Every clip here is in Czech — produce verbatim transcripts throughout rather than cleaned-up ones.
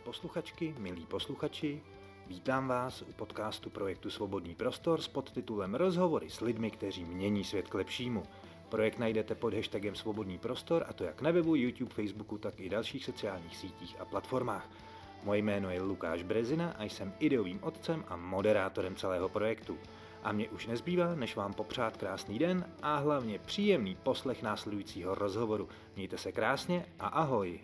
posluchačky, milí posluchači, vítám vás u podcastu projektu Svobodný prostor s podtitulem Rozhovory s lidmi, kteří mění svět k lepšímu. Projekt najdete pod hashtagem Svobodný prostor, a to jak na webu, YouTube, Facebooku, tak i dalších sociálních sítích a platformách. Moje jméno je Lukáš Brezina a jsem ideovým otcem a moderátorem celého projektu. A mě už nezbývá, než vám popřát krásný den a hlavně příjemný poslech následujícího rozhovoru. Mějte se krásně a ahoj!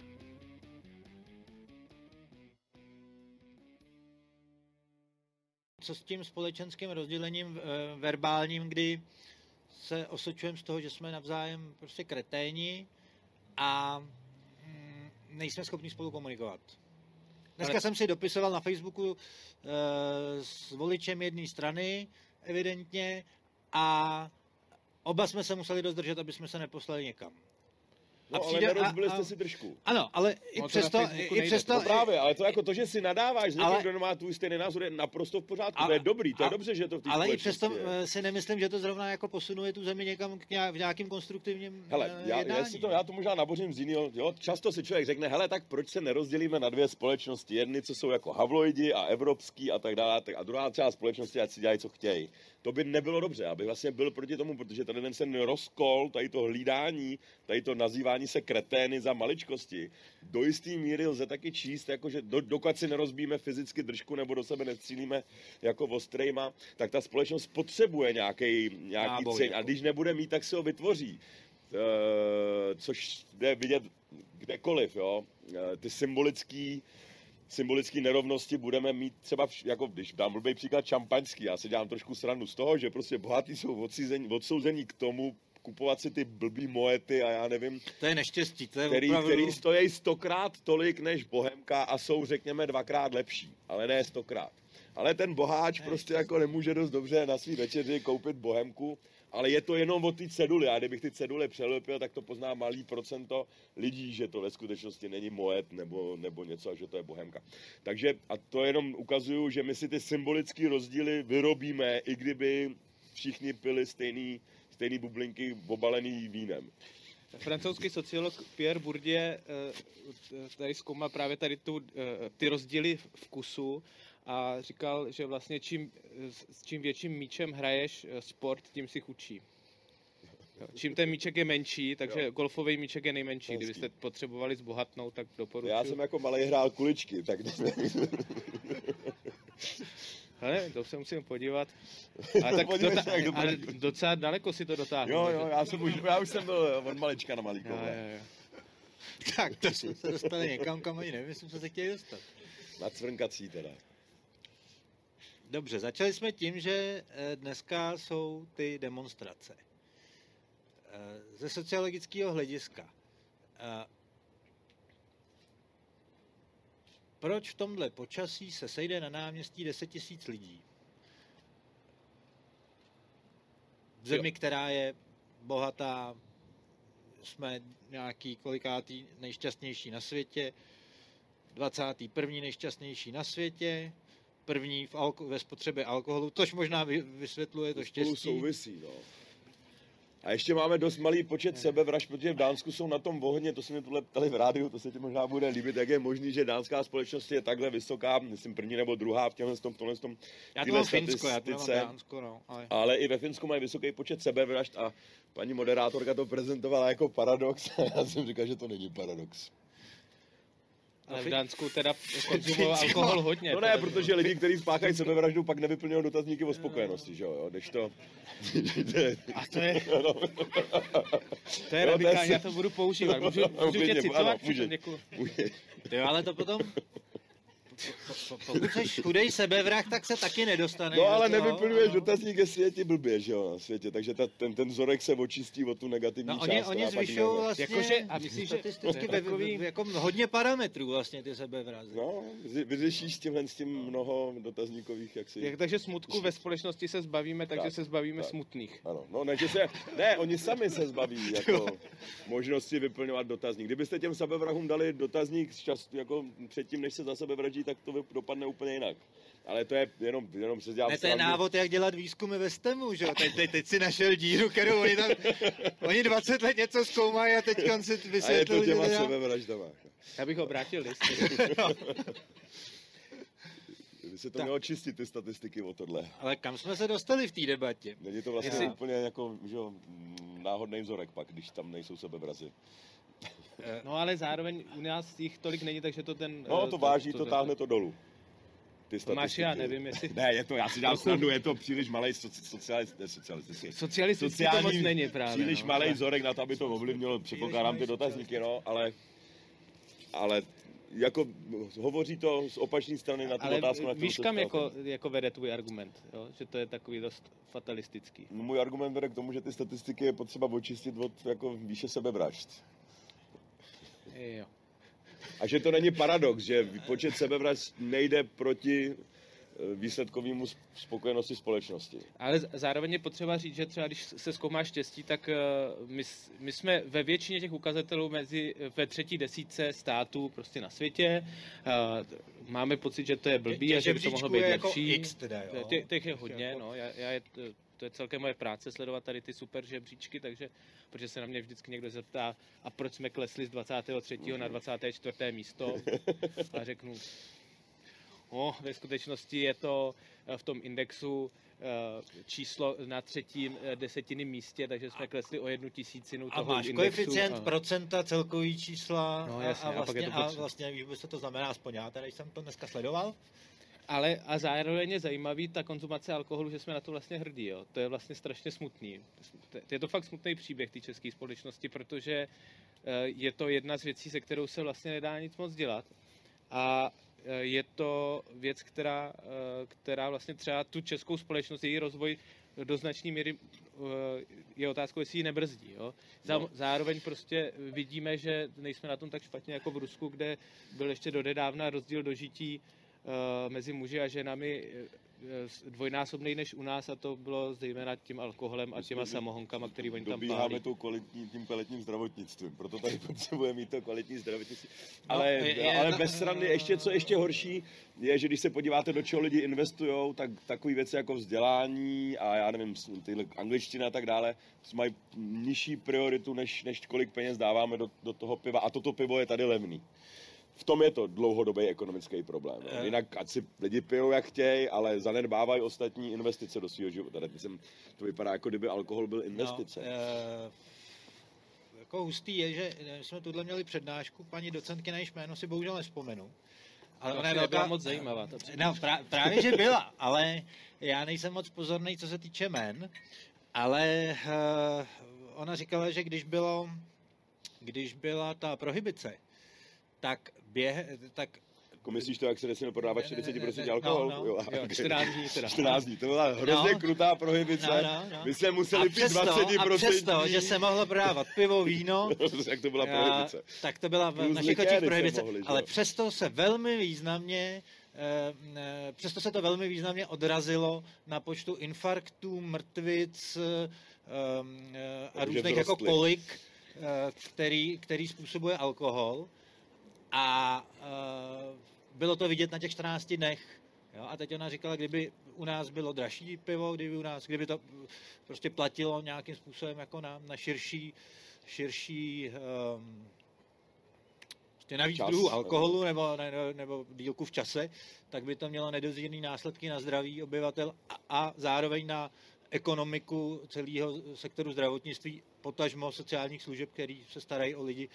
Co s tím společenským rozdělením e, verbálním, kdy se osočujeme z toho, že jsme navzájem prostě kreténi a mm, nejsme schopni spolu komunikovat. Dneska Ale... jsem si dopisoval na Facebooku e, s voličem jedné strany, evidentně, a oba jsme se museli dozdržet, aby jsme se neposlali někam. No, ale nerozbili jste si držku. Ano, ale i no, přesto... I přesto no právě, ale to jako to, že si nadáváš, že někdo nemá tvůj stejný názor, je naprosto v pořádku. Ale, to je dobrý, to je a, dobře, že to v té ale i přesto je. Si nemyslím, že to zrovna jako posunuje tu zemi někam k nějak, v nějakým konstruktivním hele, já, jednání. Já, si to, já to možná nabořím z jiného. Jo? Často si člověk řekne, hele, tak proč se nerozdělíme na dvě společnosti? Jedny, co jsou jako havloidi a evropský a tak dále, a druhá část společnosti, ať si dělají, co chtějí. To by nebylo dobře, aby vlastně byl proti tomu, protože tady ten sen rozkol, tady to hlídání, tady to nazývání se kretény za maličkosti, do jistý míry lze taky číst, jako že do, dokud si nerozbíme fyzicky držku nebo do sebe necílíme jako ostrejma, tak ta společnost potřebuje nějaký, nějaký ceň a když nebude mít, tak si ho vytvoří. E, což jde vidět kdekoliv, jo. E, ty symbolický symbolické nerovnosti budeme mít třeba, v, jako když dám blbý příklad šampaňský, já si dělám trošku srandu z toho, že prostě bohatí jsou odsouzení, odsouzení k tomu, kupovat si ty blbý moety a já nevím. To je neštěstí, to je který, opravdu... který stojí stokrát tolik než Bohemka a jsou, řekněme, dvakrát lepší, ale ne stokrát. Ale ten boháč ne, prostě jako nemůže dost dobře na svý večeři koupit Bohemku, ale je to jenom o té ceduli. A kdybych ty cedule přelepil, tak to pozná malý procento lidí, že to ve skutečnosti není moet nebo, nebo něco, a že to je Bohemka. Takže a to jenom ukazuju, že my si ty symbolické rozdíly vyrobíme, i kdyby všichni pili stejný, stejný bublinky obalený vínem. Francouzský sociolog Pierre Bourdieu tady zkoumá právě tady tu, ty rozdíly vkusu a říkal, že vlastně čím, s čím větším míčem hraješ sport, tím si chudší. Čím ten míček je menší, takže jo. Golfový míček je nejmenší. Hezký. Kdybyste potřebovali zbohatnout, tak doporučuji. Já jsem jako malej hrál kuličky, tak... Ale to se musím podívat. A tak dota- ale docela daleko si to dotáhl. Jo, jo, já, jsem už, já už jsem byl od malička na Malíkové. Tak to jsme se dostali někam, kam ani nevím, jsme se chtěli dostat. Na Cvrnkací teda. Dobře, začali jsme tím, že dneska jsou ty demonstrace. Ze sociologického hlediska. Proč v tomhle počasí se sejde na náměstí deset tisíc lidí? V zemi, která je bohatá, jsme nějaký kolikátý nejšťastnější na světě, dvacátý první nejšťastnější na světě, první v alko- ve spotřebě alkoholu, tož možná vysvětluje to, to štěstí. Spolu souvisí, no. A ještě máme dost malý počet ne. sebevražd, protože v Dánsku jsou na tom ohně, to se mi tohle ptali v rádiu, to se ti možná bude líbit, jak je možný, že dánská společnost je takhle vysoká, myslím první nebo druhá v těmhle tom, tohle tom, já to mám Finsko, já to mám Dánsko, no. Ale... ale i ve Finsku mají vysoký počet sebevražd a paní moderátorka to prezentovala jako paradox a já jsem říkal, že to není paradox. Ale v Dánsku teda konzumují alkohol hodně. No ne, teda, protože lidi, kteří spáchají sebevraždu, pak nevyplňují dotazníky o spokojenosti, že jo, když to... A to je... To je radikální, já to budu používat. Můžu, můžu tě citovat? Můžu, jo, ale to potom... Pokud jsi chudej sebevrah, tak se taky nedostane. No ale nevyplňuješ dotazník, jestli je ti blbě, že jo, na světě, takže ta, ten, ten vzorek se očistí o tu negativní no, část. Oni, oni zvyšují vlastně jakože, a myslíš, statisticky ve, ve, jako hodně parametrů vlastně ty sebevrazy. No, vyřešíš s tímhle s tím mnoho dotazníkových, jak si... Jak, takže smutku ve společnosti se zbavíme, takže tak, se zbavíme tak. smutných. Ano, no ne, že se, ne, oni sami se zbaví jako možnosti vyplňovat dotazník. Kdybyste těm sebevrahům dali dotazník čas, jako předtím, než se za sebe vraždí, tak to dopadne úplně jinak. Ale to je jenom, jenom se dělám Ne, to je návod, jak dělat výzkumy ve STEMu, že jo? Teď, teď, teď si našel díru, kterou oni tam, oni dvacet let něco zkoumají a teď si vysvětlili. A je to těma sebevraždama. Já bych obrátil list. By se to mělo čistit, ty statistiky o tohle. Ale kam jsme se dostali v té debatě? Není to vlastně Jestli... úplně jako, že, náhodný vzorek pak, když tam nejsou sebevrazy. No ale zároveň u nás jich tolik není, takže to ten... No to, to váží, to, to táhne to dolů. Ty statistiky. Máš, já nevím, jestli... Ne, je to, já si dělám srandu, je to příliš malej soci, socialistický, socialistický. Socialistický to moc není právě. Příliš no. malej vzorek na to, aby to ovlivnilo, předpokládám ty dotazníky, no, ale... Ale jako hovoří to z opačné strany na tu ale otázku, na víš, kam jako, jako vede tvůj argument, jo? Že to je takový dost fatalistický. No, můj argument vede k tomu, že ty statistiky je potřeba očistit od jako výše sebevražd. Jo. A že to není paradox, že počet sebevražd nejde proti výsledkovému spokojenosti společnosti. Ale zároveň je potřeba říct, že třeba když se zkoumá štěstí, tak my, my jsme ve většině těch ukazatelů mezi ve třetí desítce států prostě na světě. Máme pocit, že to je blbý a že by to mohlo být lepší. Jako X teda, jo. Těch, těch je hodně, no. Já, já je, to je celkem moje práce sledovat tady ty super žebříčky, takže protože se na mě vždycky někdo zeptá, a proč jsme klesli z dvacátého třetího na dvacáté čtvrté místo. A řeknu, no, ve skutečnosti je to v tom indexu číslo na třetím desetinním místě, takže jsme klesli o jednu tisícinu toho indexu. A máš indexu, koeficient a... procenta celkový čísla no, jasně, a, vlastně, a, a vlastně víš, co to znamená, aspoň já, tady jsem to dneska sledoval. Ale a zároveň je zajímavý ta konzumace alkoholu, že jsme na to vlastně hrdí, jo. To je vlastně strašně smutný. Je to fakt smutný příběh té české společnosti, protože je to jedna z věcí, se kterou se vlastně nedá nic moc dělat. A je to věc, která, která vlastně třeba tu českou společnost, její rozvoj do značné míry je otázkou, jestli ji nebrzdí. Jo? Zároveň prostě vidíme, že nejsme na tom tak špatně jako v Rusku, kde byl ještě dodedávna rozdíl dožití mezi muži a ženami dvojnásobný než u nás, a to bylo zejména tím alkoholem a těma samohonkama, který oni tam pálí. Dobíháme tou kvalitní, tím kvalitním zdravotnictvím, proto tady potřebujeme mít to kvalitní zdravotnictví. Ale, no, je, je, ale bez srandy, ještě, co ještě horší, je, že když se podíváte, do čeho lidi investujou, tak takové věci jako vzdělání a já nevím, tyhle angličtina a tak dále, mají nižší prioritu, než, než kolik peněz dáváme do, do toho piva, a toto pivo je tady levný. V tom je to dlouhodobý ekonomický problém. No. Jinak ať si lidi pijou jak chtějí, ale zanedbávají ostatní investice do svého života. Tady jsem, to vypadá, jako kdyby alkohol byl investice. No, e, jako hustý je, že jsme tuhle měli přednášku, paní docentky, na jejíž jméno si bohužel nespomenu. Ale ona je velká, moc zajímavá. Ta no, pra, právě, že byla, ale já nejsem moc pozorný, co se týče jmen, ale uh, ona říkala, že když bylo, když byla ta prohibice, tak běh, tak... Jako myslíš to, jak se nesmí prodávat čtyřicet procent alkohol? No, no. Jo, jo, čtrnáct dní teda. čtrnáct dní, to byla hrozně no. krutá prohibice. No, no, no. My jsme museli pít dvacet procent. A přesto, že se mohlo prodávat pivo, víno... jak to byla prohibice. Tak to byla v našich očích prohibice. Mohli, ale přesto se velmi významně... E, přesto se to velmi významně odrazilo na počtu infarktů, mrtvic e, e, a různých jako kolik, e, který, který způsobuje alkohol. A uh, bylo to vidět na těch čtrnácti dnech. Jo? A teď ona říkala, kdyby u nás bylo dražší pivo, kdyby u nás, kdyby to prostě platilo nějakým způsobem jako na, na širší, širší um, prostě na víc druhů alkoholu nebo, ne, nebo dílku v čase, tak by to mělo nedozírné následky na zdraví obyvatel a, a zároveň na ekonomiku celého sektoru zdravotnictví, potažmo sociálních služeb, který se starají o lidi,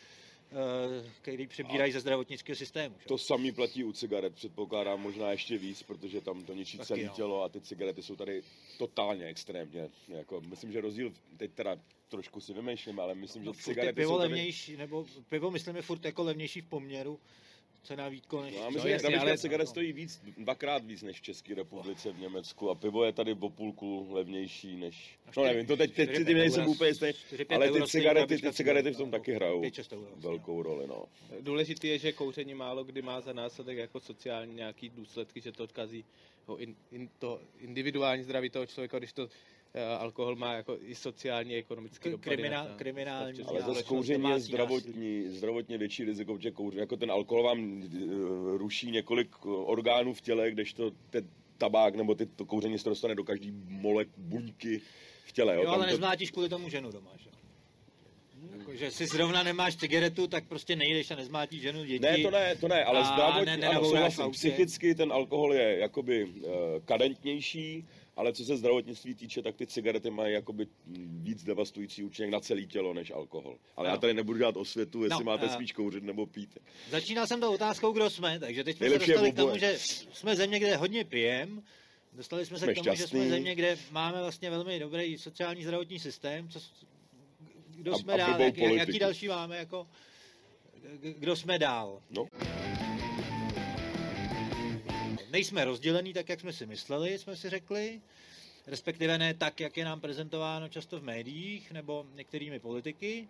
který přebírají ze zdravotnického systému. Že? To samý platí u cigaret, předpokládám možná ještě víc, protože tam to ničí celé tělo a ty cigarety jsou tady totálně extrémně. Jako, myslím, že rozdíl, teď teda trošku si vymýšlím, ale myslím, no, že cigarety pivo jsou tady... levnější, nebo pivo myslím je furt jako levnější v poměru cena výkon. Než... No, a myslím, no, že ale... cigaret stojí víc, dvakrát víc než v České republice, v Německu, a pivo je tady o půlku levnější než... No nevím, to teď, teď si tím nejsem úplně stejný, ale ty cigarety, ty cigarety v tom taky hrajou velkou roli, no. Důležitý je, že kouření málo kdy má za následek jako sociální nějaký důsledky, že to odkazí in, in, to individuální zdraví toho člověka, když to alkohol má jako i sociální, ekonomický dopady. Kriminál, na, kriminální. na Ale to společnost, kouření je domácí zdravotní, zdravotně větší riziko, protože kouření, jako ten alkohol vám ruší několik orgánů v těle, kdežto ten tabák nebo ty, to kouření se dostane do každý molek buňky v těle. Jo, jo ale to... nezmlátíš kvůli tomu ženu doma, že? Jako, že si zrovna nemáš cigaretu, tak prostě nejdeš a nezmlátíš ženu, děti. Ne, to ne, to ne, ale a zdravotně, ne, ano, souhlasím, psychicky ten alkohol je jakoby uh, kadentnější, ale co se zdravotnictví týče, tak ty cigarety mají jakoby víc devastující účinek na celé tělo než alkohol. Ale no. Já tady nebudu dělat osvětu, jestli no, máte uh, spíš kouřit nebo pít. Začínal jsem tou otázkou, kdo jsme, takže teď jsme Nejlepší se dostali k tomu, že jsme země, kde hodně pijem. Dostali jsme se jsme k tomu, šťastný. Že jsme země, kde máme vlastně velmi dobrý sociální zdravotní systém. Co, kdo a, jsme a dál, jak, jaký další máme, jako, kdo jsme dál. No. Nejsme rozdělení tak, jak jsme si mysleli, jsme si řekli, respektive ne tak, jak je nám prezentováno často v médiích nebo některými politiky.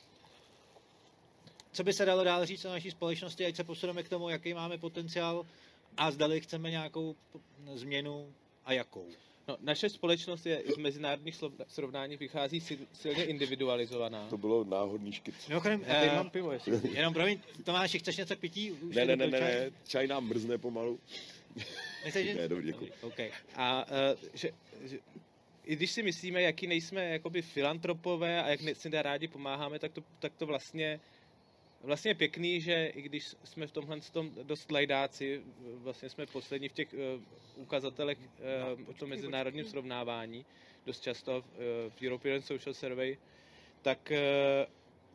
Co by se dalo dál říct o naší společnosti, ať se posuneme k tomu, jaký máme potenciál a zdali chceme nějakou změnu a jakou. No, naše společnost je z mezinárodních srovnání vychází silně individualizovaná. To bylo náhodný škyt. Mimochodem, já teď mám pivo, jestli. Jenom promiň, Tomáši, chceš něco k pití? Už ne, ne, ne, ne, ne, čaj nám mrzne pomalu. Nechceš? Ne, dobrý, děkuji. Okay. A uh, že, že, i když si myslíme, jaký nejsme jakoby filantropové a jak si rádi pomáháme, tak to, tak to vlastně Vlastně je pěkný, že i když jsme v tomhle tom dost lajdáci, vlastně jsme poslední v těch uh, ukazatelech uh, o tom mezinárodním srovnávání, dost často uh, v European Social Survey, tak uh,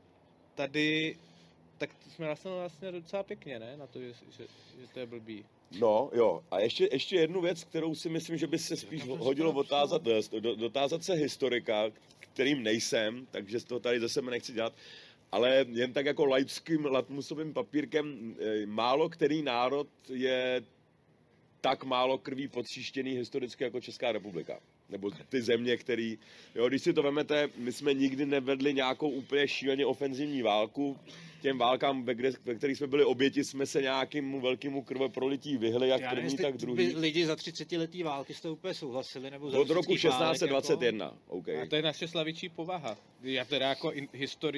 tady tak jsme vlastně, vlastně docela pěkně, ne? Na to, že, že, že to je blbý. No, jo. A ještě, ještě jednu věc, kterou si myslím, že by se spíš hodilo otázat, dotázat se historika, kterým nejsem, takže z toho tady ze sebe nechci dělat, ale jen tak jako laickým latmusovým papírkem, málo který národ je tak málo krví podříštěný historicky jako Česká republika. Nebo ty země, který, jo, když si to vemete, my jsme nikdy nevedli nějakou úplně šíleně ofenzivní válku. Těm válkám, ve, kde, ve kterých jsme byli oběti, jsme se nějakému velkému krveprolití vyhli, jak Já první, nevím, tak druhý. Lidi za třicetiletý války s to úplně souhlasili, nebo za od roku šestnáct set dvacet jedna. Jako... Okay. A to je naše slavičí povaha. Já teda jako historik...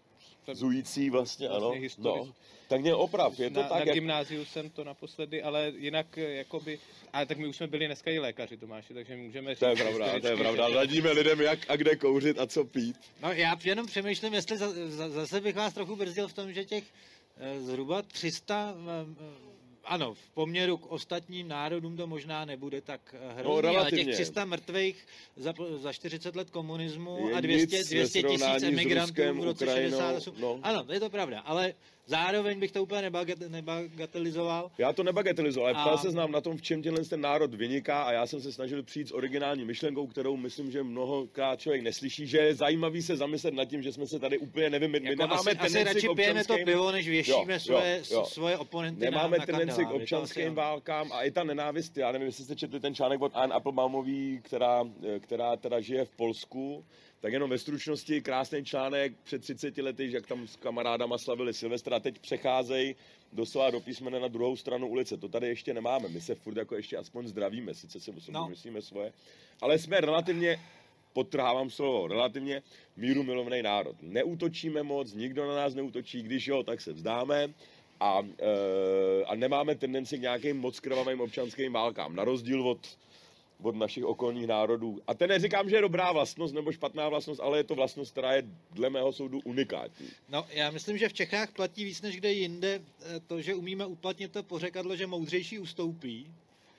Zující vlastně, vlastně ano. Historic... No. Tak mě oprav, je to na, tak, na jak... gymnáziu jsem to naposledy, ale jinak jakoby... Ale tak my už jsme byli dneska i lékaři, Tomáši, takže můžeme říct... To je pravda, to je pravda. Radíme lidem, jak a kde kouřit a co pít. No já jenom přemýšlím, jestli za, za, zase bych vás trochu brzdil v tom, že těch eh, zhruba tři sta... Eh, ano, v poměru k ostatním národům to možná nebude tak hrozný, no, ale těch tři sta mrtvých za, za čtyřicet let komunismu je a dvě stě tisíc emigrantů v roce šedesát osm. No. Ano, je to pravda, ale zároveň bych to úplně nebagatelizoval. Já to nebagatelizoval, ale ptal se znám na tom, v čem tenhle ten národ vyniká a já jsem se snažil přijít s originální myšlenkou, kterou myslím, že mnohokrát člověk neslyší, že je zajímavý se zamyslet nad tím, že jsme se tady úplně nevím, my jako nemáme asi, tendenci asi radši k občanským... pijeme to pivo, než věšíme jo, svoje, jo, jo. svoje oponenty nemáme na, na tendenci k občanským válkám a i ta nenávist, já nevím, jestli jste četli ten článek od Ann Applemaumový, která, která teda žije v Polsku. Tak jenom ve stručnosti, krásný článek před třiceti lety, jak tam s kamarádama slavili Silvestra a teď přecházejí doslova do písmene na druhou stranu ulice. To tady ještě nemáme, my se furt jako ještě aspoň zdravíme, sice si osobně no. myslíme svoje, ale jsme relativně, podtrhávám slovo, relativně míru milovný národ. Neútočíme moc, nikdo na nás neútočí, když jo, tak se vzdáme a, e, a nemáme tendenci k nějakým moc krvavým občanským válkám, na rozdíl od od našich okolních národů. A to neříkám, že je dobrá vlastnost nebo špatná vlastnost, ale je to vlastnost, která je dle mého soudu unikátní. No, já myslím, že v Čechách platí víc než kde jinde to, že umíme uplatnit to pořekadlo, že moudřejší ustoupí.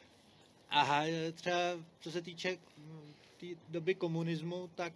Aha, třeba co se týče té doby komunismu, tak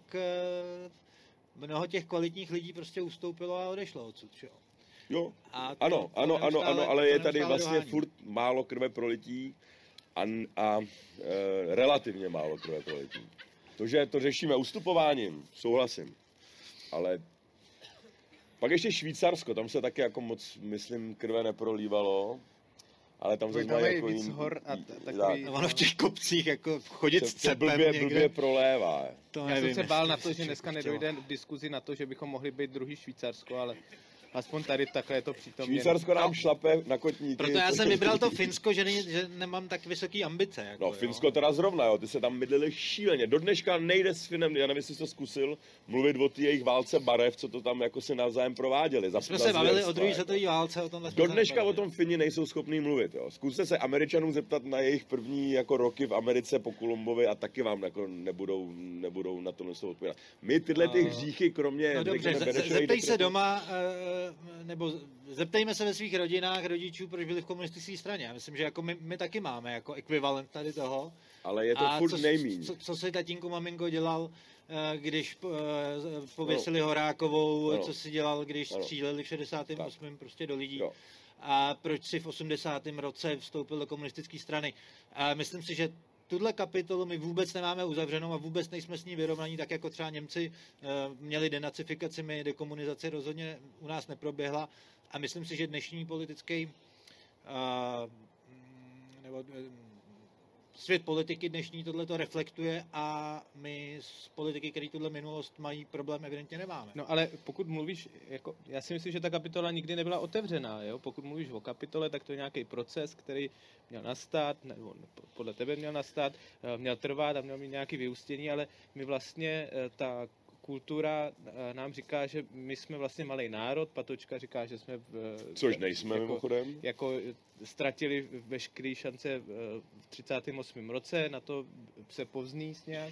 mnoho těch kvalitních lidí prostě ustoupilo a odešlo odsud, jo. Jo, a ano, to, ano, to ano, ano, ale je tady vlastně dohání. furt málo krve prolití a, a e, relativně málo krve prolití. To, že to řešíme ustupováním, souhlasím, ale pak ještě Švýcarsko, tam se taky jako moc, myslím, krve neprolívalo, ale tam se mají jako víc hor a takový... Ono v těch kopcích jako chodit s cepem blbě, někde. blbě prolévá. To Já nevím, jsem se bál na to, že chtěla. dneska nedojde v diskuzi na to, že bychom mohli být druhý Švýcarsko, ale aspoň tady takhle je to přítomně. Švýcarsko nám No. šlape na kotníky. Proto já jsem vybral to Finsko, že, není, že nemám tak vysoký ambice. Jako, No, jo. Finsko teda zrovna, jo, ty se tam mydlili šíleně. Do dneška nejde s Finem, já nevím, jestli jsi to zkusil, mluvit o té jejich válce barev, co to tam jako si navzájem prováděli. Za, Jsme za se bavili zvěrstva, o druhé jako. světové válce, o tomhle jsme Do se dneška nebavili. o tom Fini nejsou schopní mluvit, jo. Zkuste se Američanům zeptat na jejich první jako roky v Americe po Kolumbovi a taky vám jako nebudou, nebudou na to něco odpovědat. My tyhle ty hříchy, kromě... No dobře, řekněme, ze- Benešovej zeptej se dekretu- doma, eh, nebo zeptejme se ve svých rodinách rodičů, proč byli v komunistické straně. Já myslím, že jako my, my taky máme jako ekvivalent tady toho. Ale je to A furt co, nejmíň. Co, co si tatínko maminko dělal, eh, když eh, pověsili Horákovou, Ano. co si dělal, když Ano. stříleli v šedesátém osmém prostě do lidí. Jo. A proč si v osmdesátém roce vstoupil do komunistické strany. A myslím si, že tuhle kapitolu my vůbec nemáme uzavřenou a vůbec nejsme s ní vyrovnaní, tak jako třeba Němci eh, měli denacifikaci, my dekomunizaci rozhodně u nás neproběhla. A myslím si, že dnešní politický eh, nebo eh, svět politiky dnešní tohle to reflektuje a my z politiky, který tuhle minulost mají problém, evidentně nemáme. No ale pokud mluvíš, jako, já si myslím, že ta kapitola nikdy nebyla otevřená, jo? Pokud mluvíš o kapitole, tak to je nějaký proces, který měl nastat, nebo podle tebe měl nastat, eh, měl trvat a měl mít nějaký vyústění, ale my vlastně eh, ta kultura eh, nám říká, že my jsme vlastně malý národ, Patočka říká, že jsme... v- Což nejsme jako, mimochodem. jako ztratili veškeré šance eh, v třicátém osmém roce, na to se povzníst nějak.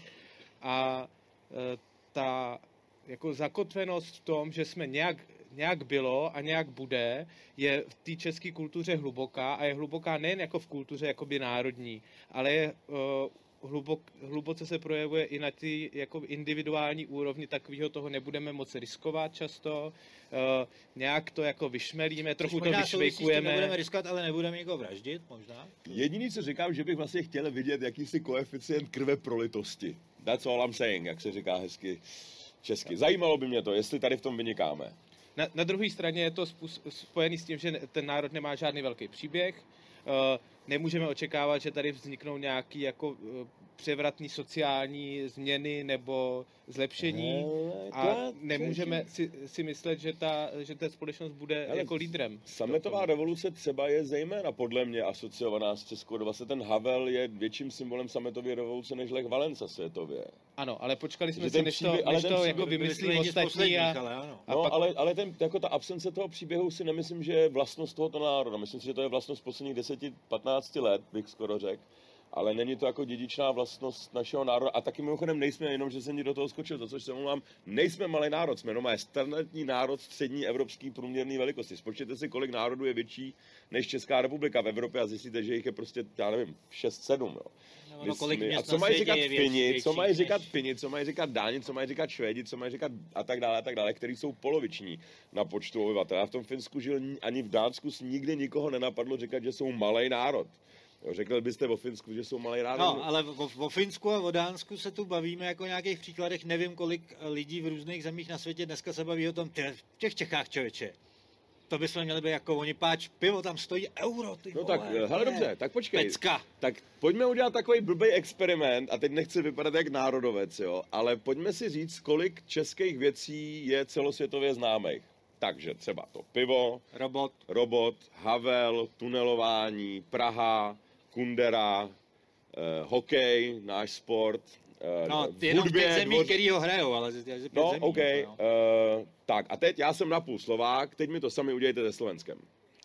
A eh, ta jako zakotvenost v tom, že jsme nějak, nějak bylo a nějak bude, je v té české kultuře hluboká a je hluboká nejen jako v kultuře jakoby národní, ale je uh, hlubok, hluboce se projevuje i na té jako individuální úrovni, takového toho nebudeme moc riskovat často, uh, nějak to jako vyšmelíme, trochu to vyšvejkujeme. Nebudeme riskovat, ale nebudeme někoho vraždit, možná. Jediný, co říkám, že bych vlastně chtěl vidět jakýsi koeficient krve prolitosti. That's all I'm saying, jak se říká hezky česky. Zajímalo by mě to, jestli tady v tom vynikáme. Na, na druhé straně je to spus, spojený s tím, že ten národ nemá žádný velký příběh. Uh, nemůžeme očekávat, že tady vzniknou nějaký jako uh, převratný sociální změny nebo zlepšení a nemůžeme si, si myslet, že ta, že ta společnost bude Ale jako lídrem. Sametová revoluce třeba je zejména podle mě asociovaná s Českou. Vlastně ten Havel je větším symbolem sametové revoluce než Lech Valenca světově. Ano, ale počkali jsme Že si, ten než to, příběh- ale než ten to příběh jako byli vymyslí jedni z ostatní posledních, a, ale ano. a No, pak, ale, ale ten, jako ta absence toho příběhu si nemyslím, že je vlastnost tohoto národa. Myslím si, že to je vlastnost posledních deseti patnácti let, bych skoro řekl. Ale není to jako dědičná vlastnost našeho národa. A taky mimochodem nejsme, jenom že jsem ti do toho skočil, to, což se mluvám, nejsme malý národ, jsme jenom standardní národ střední evropský průměrný velikosti. Spočtěte si, kolik národů je větší než Česká republika v Evropě a zjistíte, že jich je prostě, já nevím, šest sedm. Jo. No, no, kolik My- měst a co na mají světě říkat je větší- Fini, co větších mají říkat než- Fini, co mají říkat Dáni, co mají říkat Švédi, co mají říkat a tak dále, a tak dále, který jsou poloviční na počtu obyvatel. Já v tom Finsku žil, ani v Dánsku nikdy nikoho nenapadlo říkat, že jsou malý národ. Jo, řekl byste o Finsku, že jsou malý národ? No, ale o, o Finsku a o Dánsku se tu bavíme jako o nějakých příkladech. Nevím, kolik lidí v různých zemích na světě dneska se baví o tom, ty, v těch Čechách, člověče. To bychom měli být jako oni, páč, pivo tam stojí euro, ty No vole, tak, to hele je dobře, tak počkej. Pecka. Tak pojďme udělat takový blbý experiment, a teď nechci vypadat jak národovec, jo, ale pojďme si říct, kolik českých věcí je celosvětově známých. Takže třeba to pivo, Robot. robot, Havel, tunelování, Praha, Kundera, eh, hokej, náš sport, eh, No, v jenom v hudbě, těch zemích, dvoř- který ho hrajou, ale z pět No, zemí, OK. jako, no. Uh, tak a teď já jsem napůl Slovák, teď mi to sami udělejte se Slovenskem.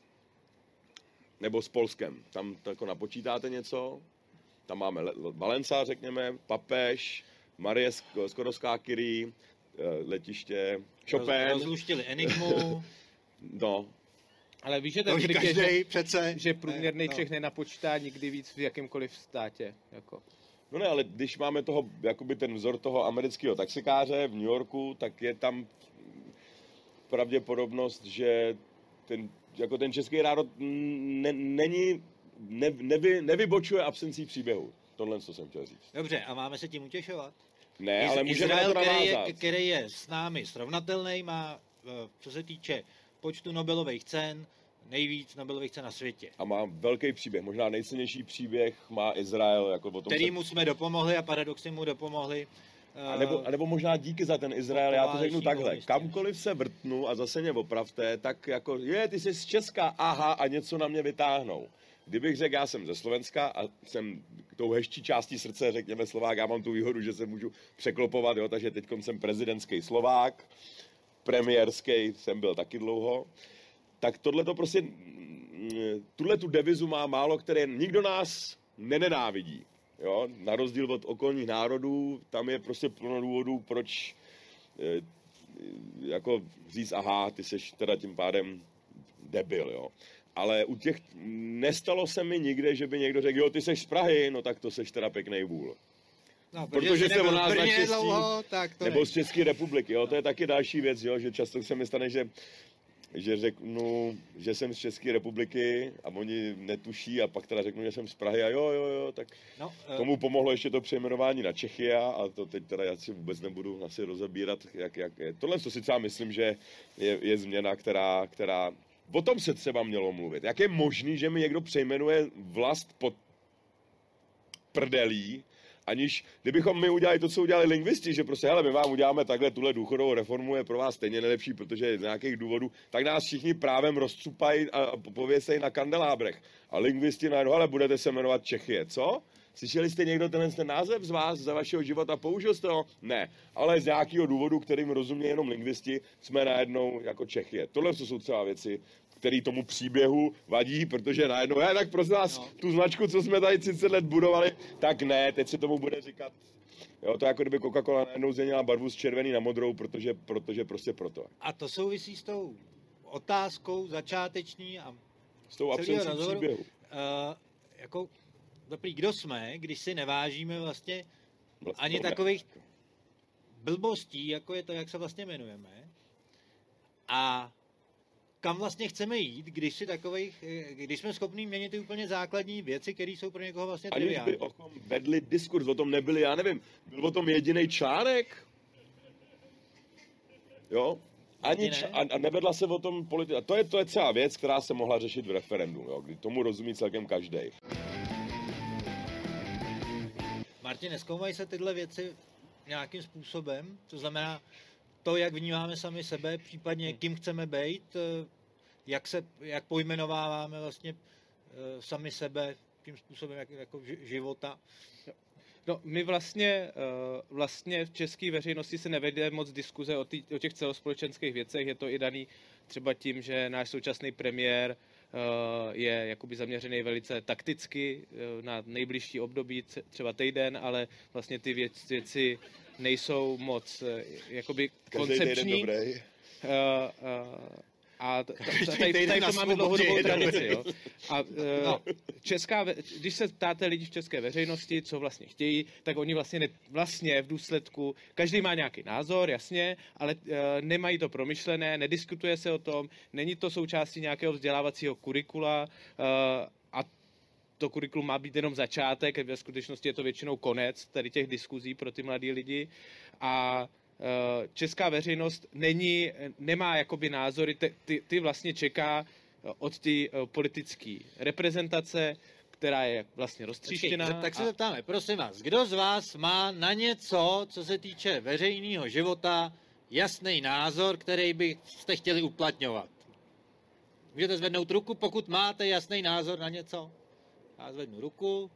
Nebo s Polskem. Tam to jako napočítáte něco. Tam máme Le- Valenca, řekněme, Papež, Marie Sk- Skodowská Curie, uh, letiště, Chopin. Roz, rozluštili Enigmu, No, ale víš, že to ten už trik je, že, každej přece. že průměrný Ne, Čech nenapočítá nikdy víc v jakýmkoliv státě. Jako. no ne, ale když máme toho, jakoby ten vzor toho amerického taxikáře v New Yorku, tak je tam pravděpodobnost, že ten, jako ten český národ ne, není, ne, nevy, nevybočuje absencí příběhu. Tohle, co jsem chtěl říct. Dobře, a máme se tím utěšovat? Ne, Iz- ale můžeme Izrael, na to který navázat. je, který je s námi srovnatelný, má, eh, co se týče počtu Nobelových cen, nejvíc Nobelových cen na světě. A má velký příběh, možná nejsilnější příběh má Izrael, jako o tom Který se... mu jsme dopomohli a paradoxně mu dopomohli A nebo, a nebo možná díky za ten Izrael, já to řeknu takhle, místě. kamkoliv se vrtnu a zase mě opravte, tak jako, je, ty jsi z Česka, aha, a něco na mě vytáhnou. Kdybych řekl, já jsem ze Slovenska a jsem tou hezčí částí srdce, řekněme Slovák, já mám tu výhodu, že se můžu překlopovat, jo, takže teď jsem prezidentský Slovák, premiérský jsem byl taky dlouho, tak tohle to prostě, tuhle tu devizu má málo, které nikdo nás nenenávidí. Jo, na rozdíl od okolních národů, tam je prostě plno důvodů, proč e, jako říct, aha, ty seš teda tím pádem debil, jo. Ale u těch, nestalo se mi nikde, že by někdo řekl, jo, ty seš z Prahy, no tak to seš teda pěknej vůl. No, protože jste o nás naštěstí, dlouho, tak to nebo ne. z České republiky, jo, to je taky další věc, jo, že často se mi stane, že že řeknu, že jsem z České republiky a oni netuší a pak teda řeknu, že jsem z Prahy a jo, jo, jo, tak no, tomu pomohlo ještě to přejmenování na Čechia a to teď teda já si vůbec nebudu asi rozebírat, jak, jak je. Tohle to si třeba myslím, že je, je změna, která, která, o tom se třeba mělo mluvit. Jak je možný, že mi někdo přejmenuje vlast pod prdelí, aniž, kdybychom my udělali to, co udělali lingvisti, že prostě, hele, my vám uděláme takhle, tuhle důchodovou reformu je pro vás stejně nejlepší, protože z nějakých důvodů, tak nás všichni právem rozcupají a pověsejí na kandelábrech. A lingvisti najednou, ale budete se jmenovat Čechie, co? Slyšeli jste někdo tenhle ten název z vás, za vašeho života, použil jste ho? Ne, ale z nějakého důvodu, kterým rozumějí jenom lingvisti, jsme najednou jako Čechie. Tohle jsou třeba věci, který tomu příběhu vadí, protože najednou, je, tak prosím vás, no. Tu značku, co jsme tady třicet let budovali, tak ne, teď se tomu bude říkat, jo, to jako kdyby Coca-Cola najednou změnila barvu z červený na modrou, protože, protože prostě proto. A to souvisí s tou otázkou začáteční a s tou absencí příběhu. Uh, jako, dobrý, kdo jsme, když si nevážíme vlastně ani takových blbostí, jako je to, jak se vlastně jmenujeme, a kam vlastně chceme jít, když si takových, když jsme schopni měnit ty úplně základní věci, které jsou pro někoho vlastně triviální. Aniž by o tom vedli diskurs, o tom nebyli, já nevím, byl o tom jediný článek? Jo? Ani č- a, a nevedla se o tom politika. To je, to je celá věc, která se mohla řešit v referendu, jo? Kdy tomu rozumí celkem každej. Martin, nezkoumají se tyhle věci nějakým způsobem? To znamená, to, jak vnímáme sami sebe, případně kým chceme být, jak se, jak pojmenováváme vlastně sami sebe tím způsobem jak, jako života. No, my vlastně, vlastně v české veřejnosti se nevede moc diskuze o, tý, o těch celospolečenských věcech. Je to i daný třeba tím, že náš současný premiér je jakoby zaměřený velice takticky na nejbližší období, třeba týden, ale vlastně ty věc, věci nejsou moc jakoby koncepční. Uh, uh, a tady to máme dlouhodobou tradici. Jo. A uh, no. česká, když se ptáte lidí v české veřejnosti, co vlastně chtějí, tak oni vlastně, ne, vlastně v důsledku, každý má nějaký názor, jasně, ale uh, nemají to promyšlené, nediskutuje se o tom, není to součástí nějakého vzdělávacího kurikula, uh, a to kurikulum má být jenom začátek, ve skutečnosti je to většinou konec tady těch diskuzí pro ty mladí lidi. A česká veřejnost není, nemá jakoby názory, ty, ty, ty vlastně čeká od té politické reprezentace, která je vlastně roztříštěná. Tak se zeptáme, prosím vás, kdo z vás má na něco, co se týče veřejného života, jasný názor, který byste chtěli uplatňovat? Můžete zvednout ruku, pokud máte jasný názor na něco? Já zvednu ruku.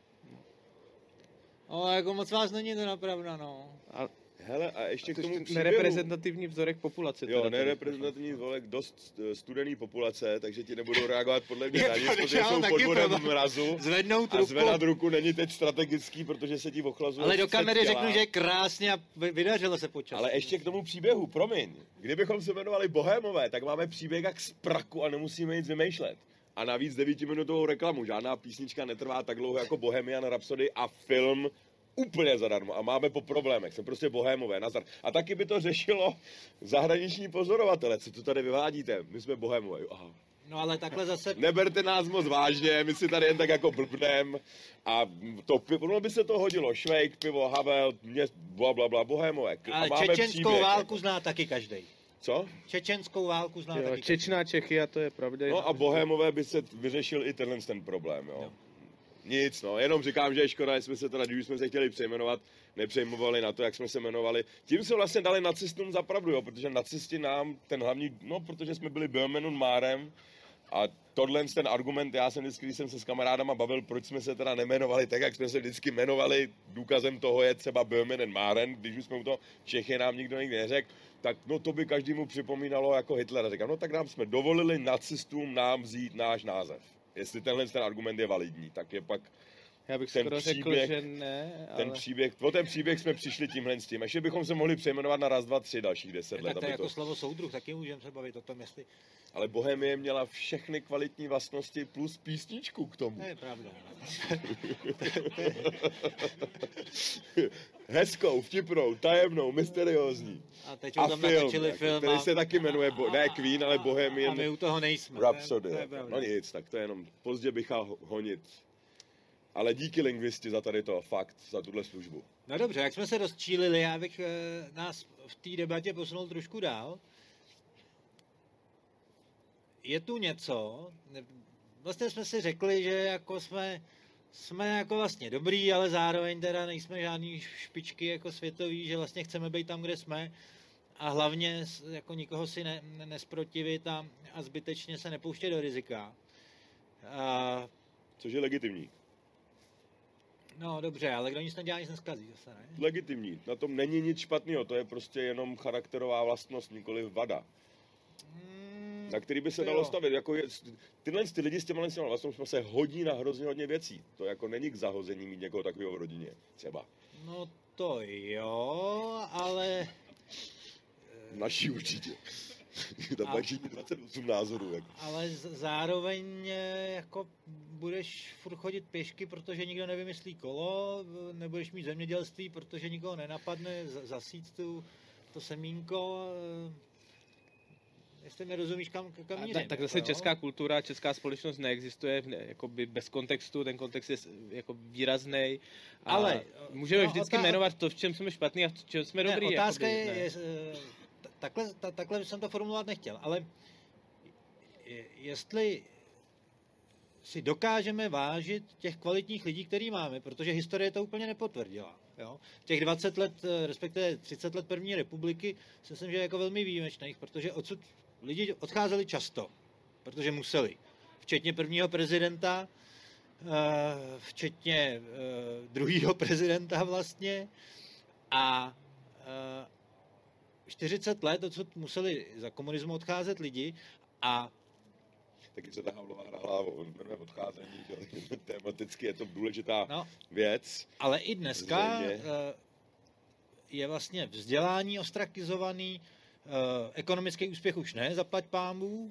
No, jako moc vás není to napravda, no. A... Hele, a ještě k tomu příběhu. Nereprezentativní vzorek populace. Jo, nereprezentativní vzorek dost studený populace, takže ti nebudou reagovat podle mě na nic, protože jsou pod vodem mrazu. Zvednout a ruku. zvedat ruku není teď strategický, protože se ti ochlazuje. Ale do kamery řeknu, že je krásně a vydařilo se počas. Ale ještě k tomu příběhu, promiň. Kdybychom se jmenovali Bohémové, tak máme příběh jak z praku a nemusíme nic vymýšlet. A navíc devítiminutovou reklamu. Žádná písnička netrvá tak dlouho jako Bohemian Rhapsody a film úplně zadarmo a máme po problémech, jsme prostě bohémové, nazar. A taky by to řešilo zahraniční pozorovatele, co tu tady vyvádíte, my jsme bohémové, aha. No ale takhle zase... Neberte nás moc vážně, my si tady jen tak jako blbnem a to pivo, by se to hodilo, Švejk, pivo, Havel, mě, bla, bla, bla, bohémové. Ale čečenskou příběh, válku jako. Zná taky každej. Co? Čečenskou válku zná jo, taky Čečná Čechy a to je pravda. No a bohémové by se vyřešil i tenhle ten problém, jo. jo. Nic, no, jenom říkám, že je škoda, že jsme se teda, když jsme se chtěli přejmenovat, nepřejmenovali na to, jak jsme se jmenovali. Tím se vlastně dali nacistům za pravdu, jo, protože nacisti nám ten hlavní, no, protože jsme byli Böhmen und Maren, a tohle ten argument, já jsem vždycky, když jsem se s kamarádama bavil, proč jsme se teda nemenovali tak, jak jsme se vždycky jmenovali, důkazem toho je třeba Böhmen und Maren, když už jsme u toho Čechy nám nikdo nikdy neřekl, tak no to by každému připomínalo jako Hitlera. Říkám, no tak nám jsme dovolili nacistům nám vzít náš název. Jestli tenhle ten argument je validní, tak je pak Já bych ten skoro řekl, příběh, že ne, ale... ten příběh, o ten příběh jsme přišli tímhle s tím. Ještě bychom se mohli přejmenovat na raz, dva, tři dalších deset let. Tak to je aby jako to... slovo soudruh, taky můžeme se bavit o tom, jestli... Ale Bohemie měla všechny kvalitní vlastnosti plus písničku k tomu. To je pravda. Hezkou, vtipnou, tajemnou, mysteriózní. A teď A tam film, natočili jako, film. který a- se taky jmenuje, bo, ne Queen, ale Bohemian A my u toho nejsme. Rhapsody. To je, to je jako. pravda. No nic, tak to je jenom pozdě bych honit. Ale díky lingvisti za tady to, fakt, za tuhle službu. No dobře, jak jsme se rozčílili, já bych e, nás v té debatě posunul trošku dál. Je tu něco, ne, vlastně jsme si řekli, že jako jsme, jsme jako vlastně dobrý, ale zároveň teda nejsme žádný špičky jako světový, že vlastně chceme být tam, kde jsme a hlavně s- jako nikoho si ne, ne, nesprotivit a, a zbytečně se nepouštět do rizika. A, Což je legitimní. no dobře, ale kdo nic nedělá, nic neskazí zase, ne? Legitimní. Na tom není nic špatného, to je prostě jenom charakterová vlastnost, nikoli vada. Mm, Na který by se to dalo jo. stavit. Jako je, ty, ty lidi s těma vlastnostmi se hodí na hrozně hodně věcí. To jako není k zahození mít někoho takového v rodině. Třeba. No to jo, ale... Naší určitě. Tam A- mají všichni dvacet osm názorů. Jako. Ale z- zároveň eh, jako budeš furt chodit pěšky, protože nikdo nevymyslí kolo, v- nebudeš mít zemědělství, protože nikoho nenapadne za- zasít tu, to semínko. eh, Jestli mi rozumíš, kam, kam A mířím. tak, tak zase jo? česká kultura, česká společnost neexistuje ne, jakoby bez kontextu, ten kontext je s- jako výrazný. Ale, můžeme no, vždycky otá- jmenovat to, v čem jsme špatný a v čem jsme Ne, dobrý. otázka jakoby, je, ne. je eh, t- takhle, ta, takhle jsem to formulovat nechtěl, ale je- jestli si dokážeme vážit těch kvalitních lidí, který máme, protože historie to úplně nepotvrdila. Jo? Těch dvacet let, eh, respektive třicet let první republiky, si myslím, že je jako velmi výjimečných, protože odsud lidi odcházeli často, protože museli. Včetně prvního prezidenta, eh, včetně druhého prezidenta vlastně a eh, čtyřicet let odsud museli za komunismu odcházet lidi a Taky se ta Havlová hrála o odcházení. Že? Tematicky je to důležitá no, věc. ale i dneska Zřejmě. eh, je vlastně vzdělání ostrakizovaný, eh, ekonomický úspěch už ne, zaplať pánbů,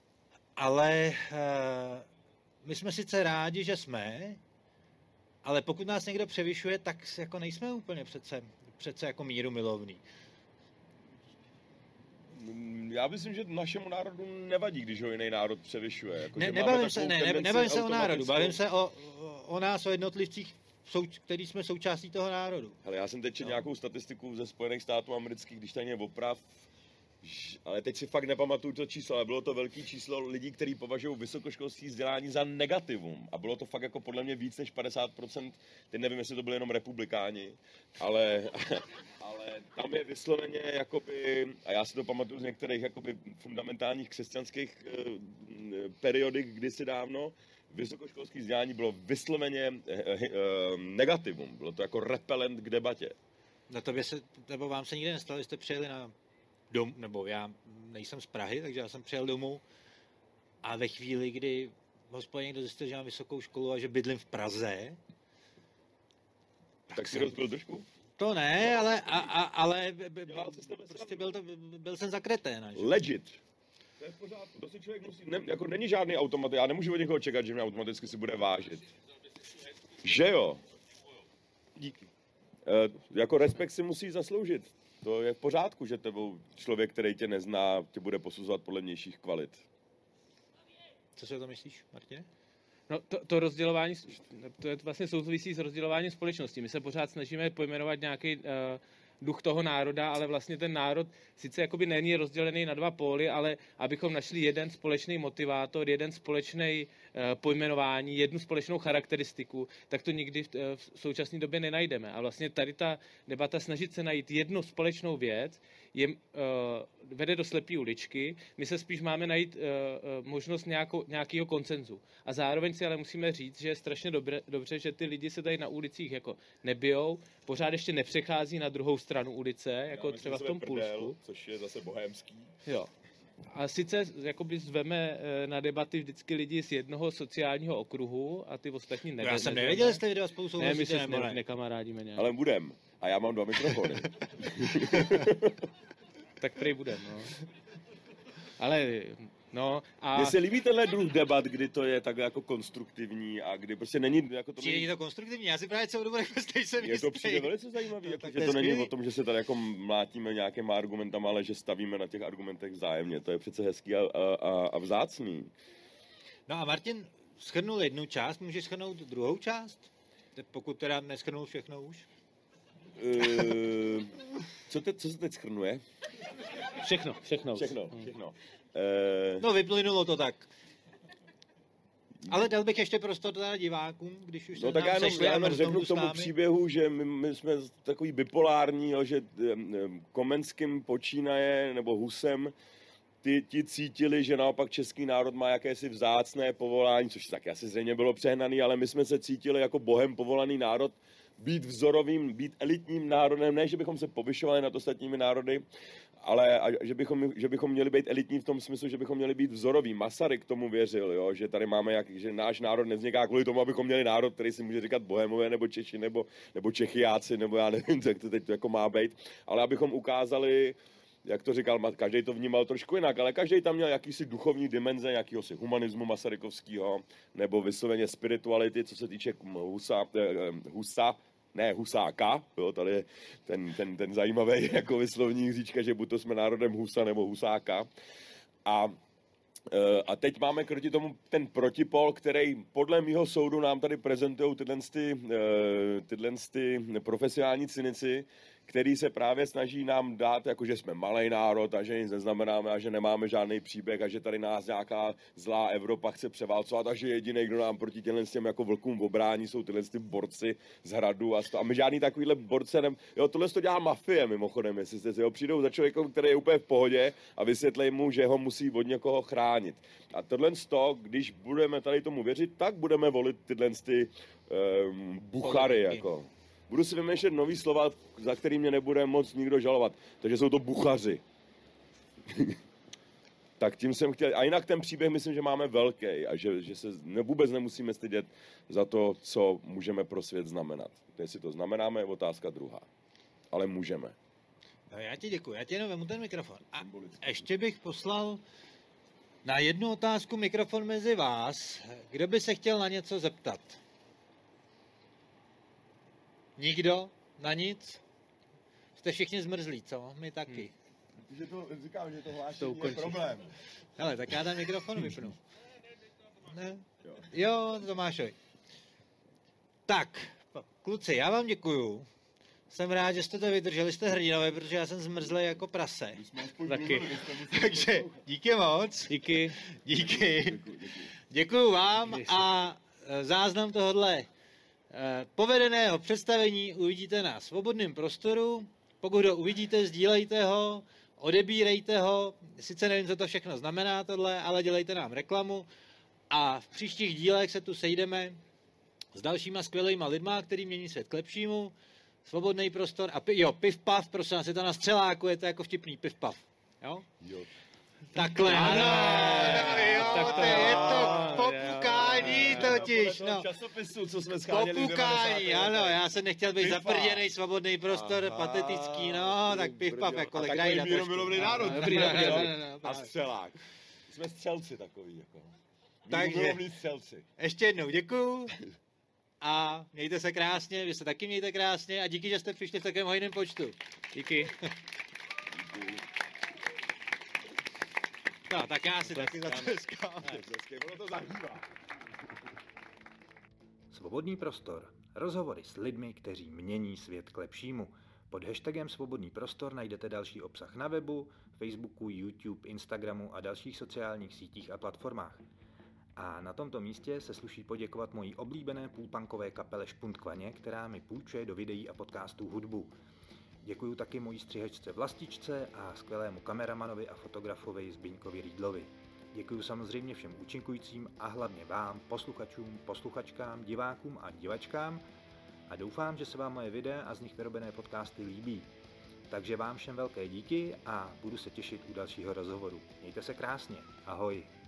ale eh, my jsme sice rádi, že jsme, ale pokud nás někdo převyšuje, tak s- jako nejsme úplně přece, přece jako míru milovný. Mm, Já myslím, že našemu národu nevadí, když ho jiný národ převyšuje. Jako, Ne, že máme nebavím se, takovou ne, ne, tendenci nebavím se o národu, automatickou. bavím se o, o, o nás, o jednotlivcích, sou, který jsme součástí toho národu. Hele, já jsem teď četl No. nějakou statistiku ze Spojených států amerických, když tady je oprav, ž- ale teď si fakt nepamatuju to číslo, ale bylo to velký číslo lidí, kteří považují vysokoškolské vzdělání za negativum. A bylo to fakt jako podle mě víc než padesát procent, teď nevím, jestli to byli jenom republikáni, ale, ale tam je vysloveně jakoby, a já si to pamatuju z některých jakoby fundamentálních křesťanských eh, periodik kdysi dávno, vysokoškolské vzdělání bylo vysloveně eh, eh, negativum, bylo to jako repellent k debatě. Na tobě se, nebo vám se nikdy nestalo, že jste přijeli na dom, nebo já nejsem z Prahy, takže já jsem přijel domů a ve chvíli, kdy v hospodě někdo zjistil, že mám vysokou školu a že bydlím v Praze, Tak si rozbil trošku? to ne, ale, a, a, ale b, b, Dělal jsi s tebe prostě srandu. byl, to, byl jsem za kreténa. Že? Legit. To je v pořádku, to si člověk musí, ne, jako není žádný automat, já nemůžu od někoho čekat, že mě automaticky si bude vážit. Že jo? Díky. E, jako respekt si musí zasloužit. To je v pořádku, že tebou člověk, který tě nezná, tě bude posuzovat podle vnějších kvalit. Co si o to myslíš, Martine? No to, to rozdělování, to je vlastně souvisí s rozdělováním společnosti. My se pořád snažíme pojmenovat nějaký uh, duch toho národa, ale vlastně ten národ sice jakoby není rozdělený na dva póly, ale abychom našli jeden společný motivátor, jeden společný uh, pojmenování, jednu společnou charakteristiku, tak to nikdy v, uh, v současné době nenajdeme. A vlastně tady ta debata snažit se najít jednu společnou věc je, uh, vede do slepý uličky. My se spíš máme najít uh, uh, možnost nějakou, nějakého konsenzu. A zároveň si ale musíme říct, že je strašně dobře, dobře, že ty lidi se tady na ulicích jako nebijou, pořád ještě nepřechází na druhou stranu ulice, jako já třeba v tom prdel, Pulsku. Což je zase bohémský. Jo. A sice jakoby zveme na debaty vždycky lidi z jednoho sociálního okruhu a ty ostatní nevědí. Já jsem nevěděl, jestli vy dva spolu souhlasíte, ne, my se nebo ne, ne. nekamarádíme nějak. Ale budem. A já mám dva mikrofony. Tak prej budem, no. Ale, no, a... Mně se líbí tenhle druh debat, kdy to je tak jako konstruktivní a kdy prostě není jako to... Přijde není... to konstruktivní, já si právě celou dobu jako nejsem Je to přijde velice zajímavý, jako, že to není o tom, že se tady jako mlátíme nějakýma argumentama, ale že stavíme na těch argumentech vzájemně. To je přece hezký a, a, a vzácný. No a Martin shrnul jednu část, můžeš shrnout druhou část? Pokud teda neshrnul všechno už. Uh, co, te, co se teď shrnuje? Všechno, všechno. Všechno, všechno. Uh, no vyplynulo to tak. Ale dal bych ještě prostor teda divákům, když už se no, tak já jenom, já jenom řeknu k tomu příběhu, že my, my jsme takový bipolární, jo, že Komenským počínaje, nebo Husem, ty, ti cítili, že naopak český národ má jakési vzácné povolání, což taky asi zřejmě bylo přehnaný, ale my jsme se cítili jako bohem povolaný národ, být vzorovým, být elitním národem, ne, že bychom se povyšovali nad ostatními národy, ale a, že, bychom, že bychom měli být elitní v tom smyslu, že bychom měli být vzorový. Masaryk tomu věřil, jo, že tady máme, jak, že náš národ nevzniká kvůli tomu, abychom měli národ, který si může říkat Bohemové, nebo Češi, nebo, nebo Čechyáci, nebo já nevím, jak to teď jako má být, ale abychom ukázali, jak to říkal, každý to vnímal trošku jinak, ale každý tam měl jakýsi duchovní dimenze, nějakýho si humanismu masarykovského, nebo vysloveně spirituality, co se týče Husa, eh, Husa ne Husáka, jo, tady je ten, ten, ten zajímavý jako vyslovník říčka, že buď to jsme národem Husa nebo Husáka. A, a teď máme proti tomu ten protipol, který podle mýho soudu nám tady prezentují tyhle, ty, tyhle ty profesionální cynici, který se právě snaží nám dát, jako že jsme malej národ a že nic neznamenáme a že nemáme žádný příběh a že tady nás nějaká zlá Evropa chce převálcovat a že jediný, kdo nám proti těmhle těm jako vlkům obrání, jsou tyhle ty borci z hradu a, sto, a my žádný takovýhle borce nem... Jo, tohle to dělá mafie mimochodem, jestli jste si ho přijdou za člověkem, který je úplně v pohodě a vysvětlej mu, že ho musí od někoho chránit. A tohle to, když budeme tady tomu věřit, tak budeme volit tyhle ty um, buchary, jako. Budu si vymýšlet nový slova, za který mě nebude moc nikdo žalovat. Takže jsou to buchaři. Tak tím jsem chtěl... A jinak ten příběh myslím, že máme velký a že, že se ne, vůbec nemusíme stydět za to, co můžeme pro svět znamenat. Jestli to znamenáme, je otázka druhá. Ale můžeme. No, já ti děkuji. Já ti jenom vemu ten mikrofon. A ještě bych poslal na jednu otázku mikrofon mezi vás. Kdo by se chtěl na něco zeptat? Nikdo? Na nic? Jste všichni zmrzlí, co? My taky. Hmm. Že to, říkám, že to hlášení je problém. Hele, tak já ten mikrofon vypnu. Ne? Jo, jo Tomášovi. Tak, kluci, já vám děkuju. Jsem rád, že jste to vydrželi, jste hrdinové, protože já jsem zmrzlej jako prase. Taky. Takže díky moc. Díky. Díky. Děkuju vám a záznam tohohle povedeného představení uvidíte na Svobodném prostoru. Pokud ho uvidíte, sdílejte ho, odebírejte ho. Sice nevím, co to všechno znamená tohle, ale dělejte nám reklamu. A v příštích dílech se tu sejdeme s dalšíma skvělýma lidma, který mění svět k lepšímu. Svobodný prostor a pi- jo, piv pav, prosím vás, je to na střeláku, je to jako vtipný piv pav. Jo? Jo. Takhle, ano, no, jo, tak to to je to jo, popukání totiž, no. Časopisu, co jsme scháněli Popukání, ano, já jsem nechtěl být zaprděnej, svobodný prostor, aha, patetický, no, tak piv pav, jako legrají na trošku. Dobrý národ, dobrý národ, a střelák. Jsme střelci takový, jako. Takže, střelci. ještě jednou děkuju a mějte se krásně, vy se taky mějte krásně a díky, že jste přišli v takovém hojném počtu. Díky. No, tak já si taky zatleskám. Ono to zahývá. Svobodný prostor. Rozhovory s lidmi, kteří mění svět k lepšímu. Pod hashtagem Svobodný prostor najdete další obsah na webu, Facebooku, YouTube, Instagramu a dalších sociálních sítích a platformách. A na tomto místě se sluší poděkovat mojí oblíbené půlpunkové kapele Špuntkvaně, která mi půjčuje do videí a podcastů hudbu. Děkuju taky mojí střihačce Vlastičce a skvělému kameramanovi a fotografovi Zbyňkovi Rýdlovi. Děkuju samozřejmě všem účinkujícím a hlavně vám, posluchačům, posluchačkám, divákům a divačkám a doufám, že se vám moje videa a z nich vyrobené podcasty líbí. Takže vám všem velké díky a budu se těšit u dalšího rozhovoru. Mějte se krásně. Ahoj.